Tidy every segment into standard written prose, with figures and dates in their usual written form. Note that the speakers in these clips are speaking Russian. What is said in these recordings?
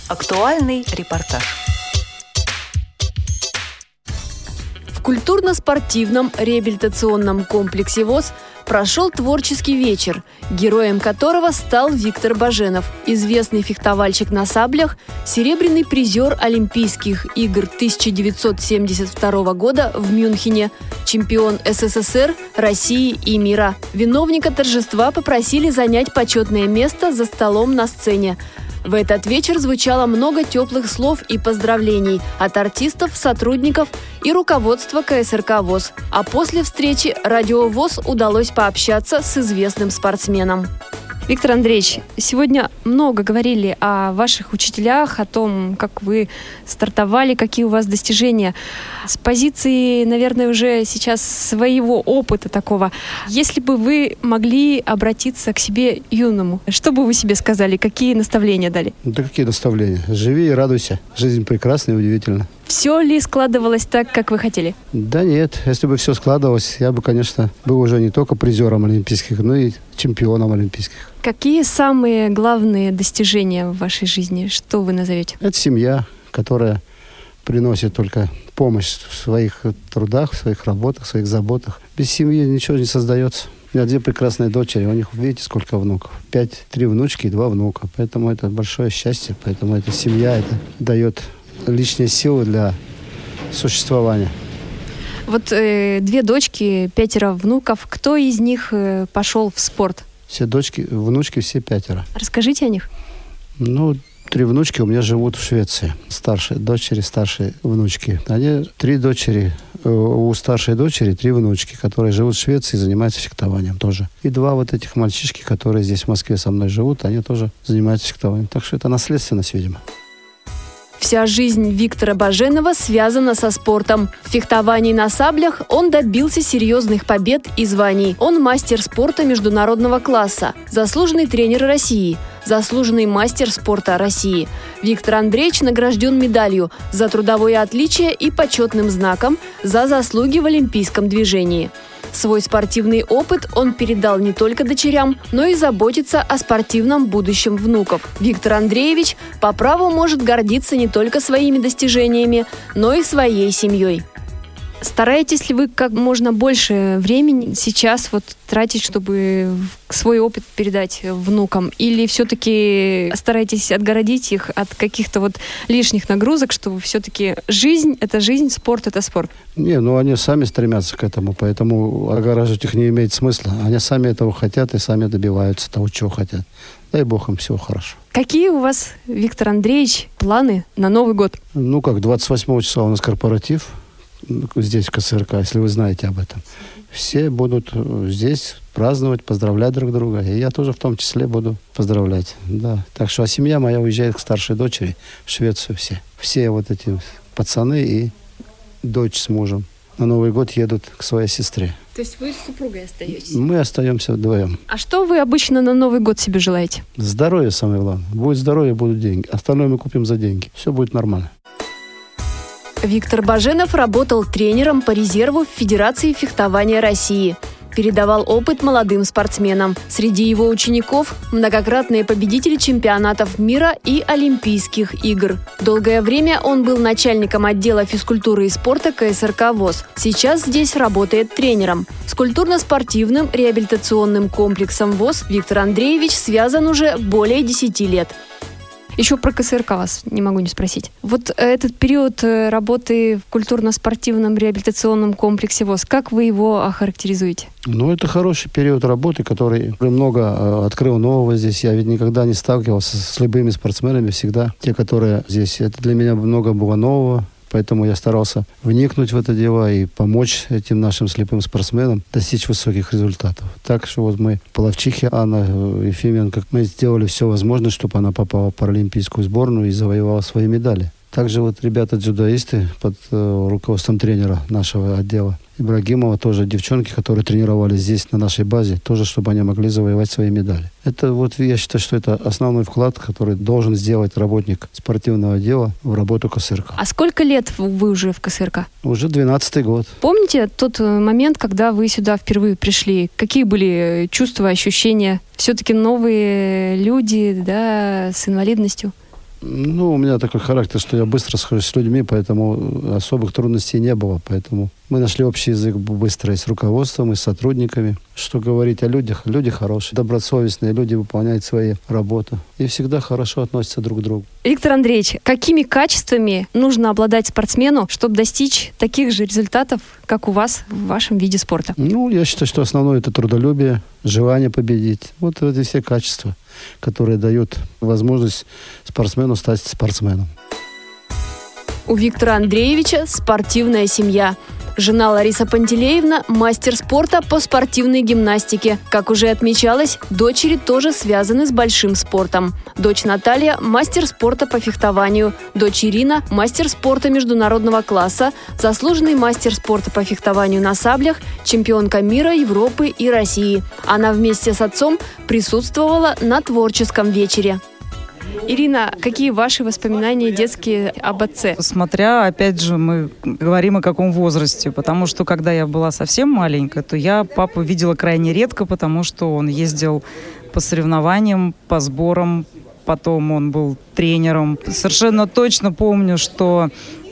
Актуальный репортаж. В культурно-спортивном реабилитационном комплексе ВОС прошел творческий вечер, героем которого стал Виктор Баженов, известный фехтовальщик на саблях, серебряный призер Олимпийских игр 1972 года в Мюнхене, чемпион СССР, России и мира. Виновника торжества попросили занять почетное место за столом на сцене. В этот вечер звучало много теплых слов и поздравлений от артистов, сотрудников и руководства КСРК ВОС. А после встречи радио ВОС удалось пообщаться с известным спортсменом. Виктор Андреевич, сегодня много говорили о ваших учителях, о том, как вы стартовали, какие у вас достижения. С позиции, наверное, уже сейчас своего опыта такого, если бы вы могли обратиться к себе юному, что бы вы себе сказали, какие наставления дали? Да какие наставления? Живи и радуйся. Жизнь прекрасна и удивительна. Все ли складывалось так, как вы хотели? Да нет, если бы все складывалось, я бы, конечно, был уже не только призером олимпийских, но и чемпионом олимпийских. Какие самые главные достижения в вашей жизни? Что вы назовете? Это семья, которая приносит только помощь в своих трудах, в своих работах, в своих заботах. Без семьи ничего не создается. У меня 2 прекрасные дочери, у них, видите, сколько внуков. 3 внучки и 2 внука. Поэтому это большое счастье, поэтому эта семья, это дает лишние силы для существования. Вот 2 дочки, 5 внуков. Кто из них пошел в спорт? Все дочки, внучки, все 5. Расскажите о них. 3 внучки у меня живут в Швеции. Старшие дочери, старшие внучки. Они 3 дочери. У старшей дочери 3 внучки, которые живут в Швеции и занимаются фехтованием тоже. И 2 вот этих мальчишки, которые здесь в Москве со мной живут, они тоже занимаются фехтованием. Так что это наследственность, видимо. Вся жизнь Виктора Баженова связана со спортом. В фехтовании на саблях он добился серьезных побед и званий. Он мастер спорта международного класса, заслуженный тренер России, заслуженный мастер спорта России. Виктор Андреевич награжден медалью за трудовое отличие и почетным знаком за заслуги в олимпийском движении. Свой спортивный опыт он передал не только дочерям, но и заботится о спортивном будущем внуков. Виктор Андреевич по праву может гордиться не только своими достижениями, но и своей семьей. Стараетесь ли вы как можно больше времени сейчас тратить, чтобы свой опыт передать внукам? Или все-таки стараетесь отгородить их от каких-то лишних нагрузок, чтобы все-таки жизнь – это жизнь, спорт – это спорт? Не, они сами стремятся к этому, поэтому огораживать их не имеет смысла. Они сами этого хотят и сами добиваются того, чего хотят. Дай Бог им всего хорошо. Какие у вас, Виктор Андреевич, планы на Новый год? 28 числа у нас корпоратив. Здесь, в КСРК, если вы знаете об этом. Все будут здесь праздновать, поздравлять друг друга. И я тоже в том числе буду поздравлять. Да. Так что, семья моя уезжает к старшей дочери в Швецию все. Все эти пацаны и дочь с мужем на Новый год едут к своей сестре. То есть вы с супругой остаетесь? Мы остаемся вдвоем. А что вы обычно на Новый год себе желаете? Здоровье самое главное. Будет здоровье, будут деньги. Остальное мы купим за деньги. Все будет нормально. Виктор Баженов работал тренером по резерву в Федерации фехтования России. Передавал опыт молодым спортсменам. Среди его учеников – многократные победители чемпионатов мира и Олимпийских игр. Долгое время он был начальником отдела физкультуры и спорта КСРК ВОС. Сейчас здесь работает тренером. С культурно-спортивным реабилитационным комплексом ВОС Виктор Андреевич связан уже более 10 лет. Еще про КСРК вас не могу не спросить. Этот период работы в культурно-спортивном реабилитационном комплексе ВОС, как вы его охарактеризуете? Это хороший период работы, который много открыл нового здесь. Я ведь никогда не сталкивался с любыми спортсменами. Всегда те, которые здесь. Это для меня много было нового. Поэтому я старался вникнуть в это дело и помочь этим нашим слепым спортсменам достичь высоких результатов. Так что мы, Половчиха Анна Ефименко, мы сделали все возможное, чтобы она попала в паралимпийскую сборную и завоевала свои медали. Также ребята-дзюдоисты под руководством тренера нашего отдела Ибрагимова, тоже девчонки, которые тренировались здесь, на нашей базе, тоже, чтобы они могли завоевать свои медали. Это я считаю, что это основной вклад, который должен сделать работник спортивного отдела в работу КСРК. А сколько лет вы уже в КСРК? Уже 12-й год. Помните тот момент, когда вы сюда впервые пришли? Какие были чувства, ощущения? Все-таки новые люди, с инвалидностью? Ну, у меня такой характер, что я быстро схожусь с людьми, поэтому особых трудностей не было. Поэтому мы нашли общий язык быстро и с руководством, и с сотрудниками. Что говорить о людях? Люди хорошие, добросовестные, люди выполняют свои работы. И всегда хорошо относятся друг к другу. Виктор Андреевич, какими качествами нужно обладать спортсмену, чтобы достичь таких же результатов, как у вас в вашем виде спорта? Ну, я считаю, что основное – это трудолюбие, желание победить. Вот эти все качества, которые дают возможность спортсмену стать спортсменом. У Виктора Андреевича спортивная семья. Жена Лариса Пантелеевна – мастер спорта по спортивной гимнастике. Как уже отмечалось, дочери тоже связаны с большим спортом. Дочь Наталья – мастер спорта по фехтованию. Дочь Ирина – мастер спорта международного класса, заслуженный мастер спорта по фехтованию на саблях, чемпионка мира, Европы и России. Она вместе с отцом присутствовала на творческом вечере. Ирина, какие ваши воспоминания детские об отце? Смотря, опять же, мы говорим о каком возрасте, потому что, когда я была совсем маленькая, то я папу видела крайне редко, потому что он ездил по соревнованиям, по сборам, потом он был тренером. Совершенно точно помню, что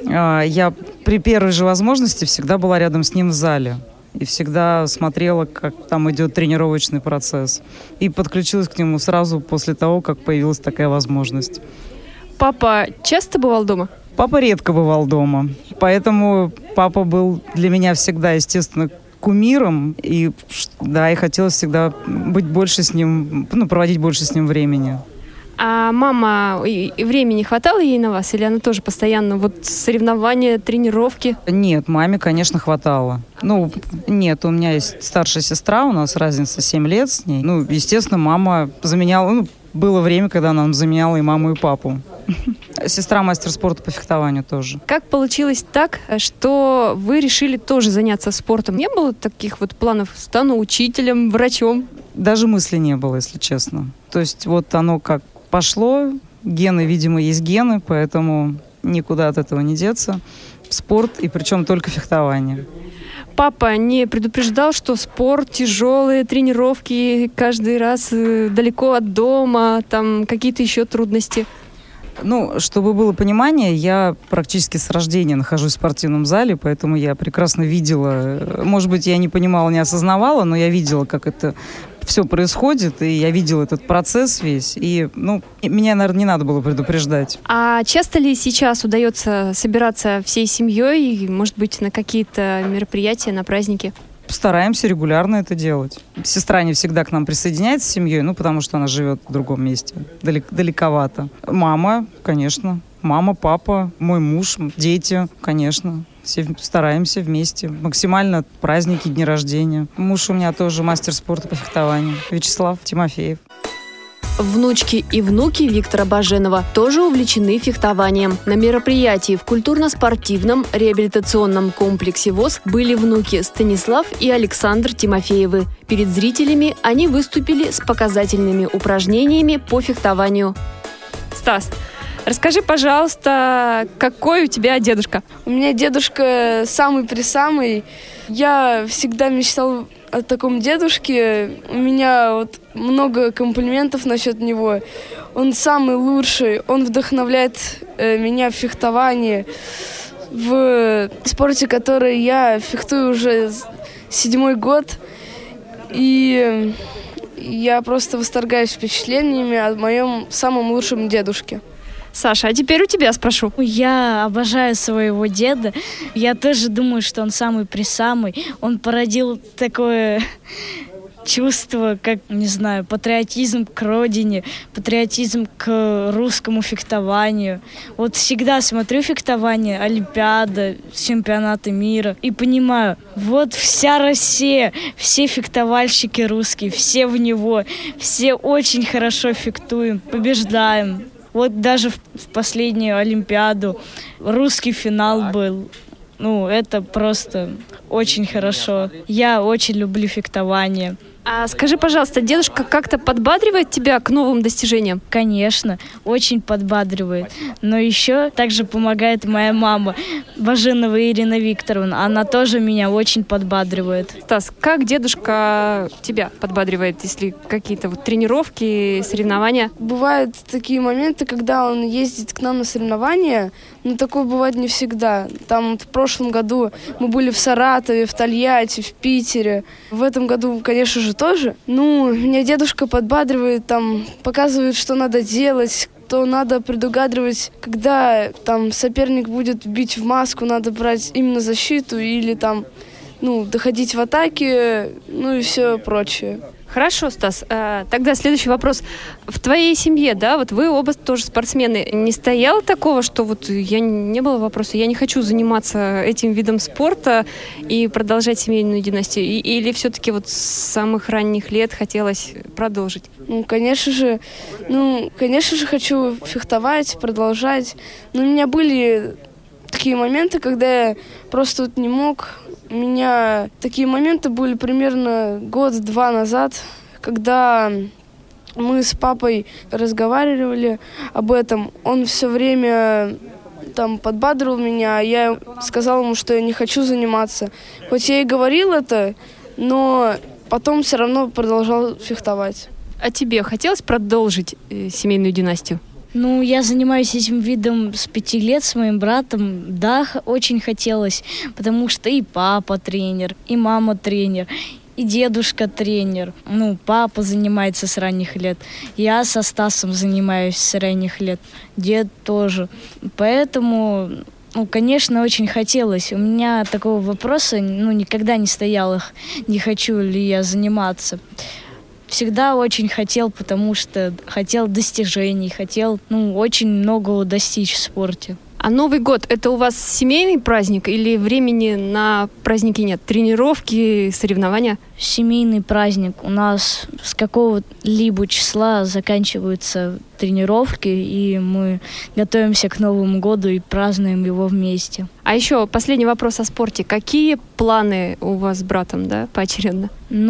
я при первой же возможности всегда была рядом с ним в зале. И всегда смотрела, как там идет тренировочный процесс. И подключилась к нему сразу после того, как появилась такая возможность. Папа часто бывал дома? Папа редко бывал дома. Поэтому папа был для меня всегда, естественно, кумиром. И да, и хотелось всегда быть больше с ним, проводить больше с ним времени. А мама, времени хватало ей на вас? Или она тоже постоянно соревнования, тренировки? Нет, маме, конечно, хватало. Нет, у меня есть старшая сестра, у нас разница 7 лет с ней. Естественно, мама заменяла... Было время, когда она заменяла и маму, и папу. Сестра мастер спорта по фехтованию тоже. Как получилось так, что вы решили тоже заняться спортом? Не было таких планов? Стану учителем, врачом? Даже мысли не было, если честно. То есть оно как пошло, гены, видимо, есть гены, поэтому никуда от этого не деться. Спорт, и причем только фехтование. Папа не предупреждал, что спорт, тяжелые тренировки, каждый раз далеко от дома, там какие-то еще трудности? Чтобы было понимание, я практически с рождения нахожусь в спортивном зале, поэтому я прекрасно видела, может быть, я не понимала, не осознавала, но я видела, как это все происходит, и я видела этот процесс весь, и, меня, наверное, не надо было предупреждать. А часто ли сейчас удается собираться всей семьей, может быть, на какие-то мероприятия, на праздники? Стараемся регулярно это делать. Сестра не всегда к нам присоединяется с семьей, потому что она живет в другом месте, далековато. Мама, конечно. Мама, папа, мой муж, дети, конечно. Все стараемся вместе. Максимально праздники, дни рождения. Муж у меня тоже мастер спорта по фехтованию. Вячеслав Тимофеев. Внучки и внуки Виктора Баженова тоже увлечены фехтованием. На мероприятии в культурно-спортивном реабилитационном комплексе ВОС были внуки Станислав и Александр Тимофеевы. Перед зрителями они выступили с показательными упражнениями по фехтованию. Стас, расскажи, пожалуйста, какой у тебя дедушка? У меня дедушка самый-пресамый. Я всегда мечтал о таком дедушке. У меня много комплиментов насчет него. Он самый лучший. Он вдохновляет меня в фехтовании. В спорте, который я фехтую уже 7-й год. И я просто восторгаюсь впечатлениями о моем самом лучшем дедушке. Саша, а теперь у тебя спрошу. Я обожаю своего деда. Я тоже думаю, что он самый-пресамый. Он породил такое чувство, как, патриотизм к родине, патриотизм к русскому фехтованию. Всегда смотрю фехтование, Олимпиада, чемпионаты мира и понимаю, вся Россия, все фехтовальщики русские, все в него, все очень хорошо фехтуем, побеждаем. Даже в последнюю Олимпиаду русский финал был. Это просто очень хорошо. Я очень люблю фехтование. А скажи, пожалуйста, дедушка как-то подбадривает тебя к новым достижениям? Конечно, очень подбадривает. Но еще также помогает моя мама, Баженова Ирина Викторовна. Она тоже меня очень подбадривает. Стас, как дедушка тебя подбадривает, если какие-то тренировки, соревнования? Бывают такие моменты, когда он ездит к нам на соревнования, но такое бывает не всегда. Там в прошлом году мы были в Саратове, в Тольятти, в Питере. В этом году, конечно же, тоже. Меня дедушка подбадривает, показывает, что надо делать, то надо предугадывать, когда соперник будет бить в маску, надо брать именно защиту или доходить в атаке, и все прочее. Хорошо, Стас. Тогда следующий вопрос. В твоей семье, вы оба тоже спортсмены. Не стояло такого, что не было вопроса, я не хочу заниматься этим видом спорта и продолжать семейную династию? Или все-таки с самых ранних лет хотелось продолжить? Конечно же, хочу фехтовать, продолжать. Но у меня были такие моменты, когда я просто не мог. У меня такие моменты были примерно год-два назад, когда мы с папой разговаривали об этом. Он все время подбадривал меня, а я сказала ему, что я не хочу заниматься. Хоть я и говорил это, но потом все равно продолжал фехтовать. А тебе хотелось продолжить семейную династию? Я занимаюсь этим видом с 5 лет с моим братом. Да, очень хотелось, потому что и папа тренер, и мама тренер, и дедушка тренер. Папа занимается с ранних лет. Я со Стасом занимаюсь с ранних лет. Дед тоже. Поэтому, конечно, очень хотелось. У меня такого вопроса, никогда не стояло, не хочу ли я заниматься. Всегда очень хотел, потому что хотел достижений, хотел очень многого достичь в спорте. А Новый год – это у вас семейный праздник или времени на праздники нет? Тренировки, соревнования? Семейный праздник. У нас с какого-либо числа заканчиваются тренировки, и мы готовимся к Новому году и празднуем его вместе. А еще последний вопрос о спорте. Какие планы у вас с братом, поочередно?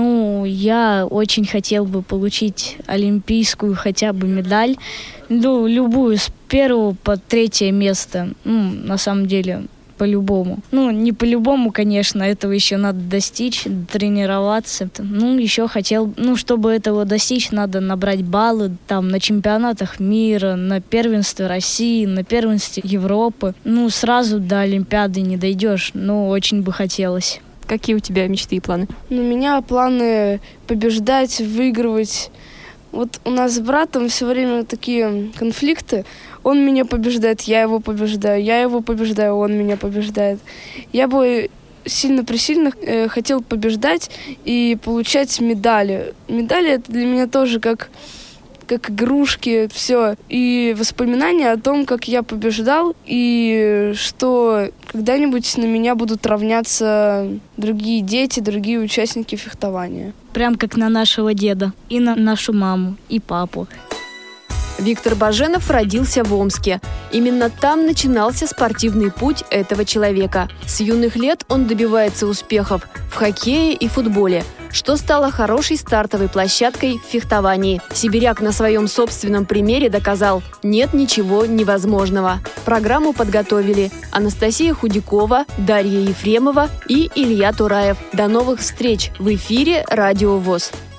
Я очень хотел бы получить олимпийскую хотя бы медаль. Любую, с 1 по 3 место. На самом деле, по-любому. Не по-любому, конечно, этого еще надо достичь, тренироваться. Еще хотел, чтобы этого достичь, надо набрать баллы на чемпионатах мира, на первенстве России, на первенстве Европы. Сразу до Олимпиады не дойдешь, но очень бы хотелось. Какие у тебя мечты и планы? У меня планы побеждать, выигрывать. У нас с братом все время такие конфликты. Он меня побеждает, я его побеждаю, он меня побеждает. Я бы сильно-пресильно хотел побеждать и получать медали. Медали — это для меня тоже как игрушки, все. И воспоминания о том, как я побеждал, и что когда-нибудь на меня будут равняться другие дети, другие участники фехтования. Прям как на нашего деда, и на нашу маму, и папу. Виктор Баженов родился в Омске. Именно там начинался спортивный путь этого человека. С юных лет он добивается успехов в хоккее и футболе, что стало хорошей стартовой площадкой в фехтовании. Сибиряк на своем собственном примере доказал – нет ничего невозможного. Программу подготовили Анастасия Худякова, Дарья Ефремова и Илья Тураев. До новых встреч в эфире «Радио ВОС».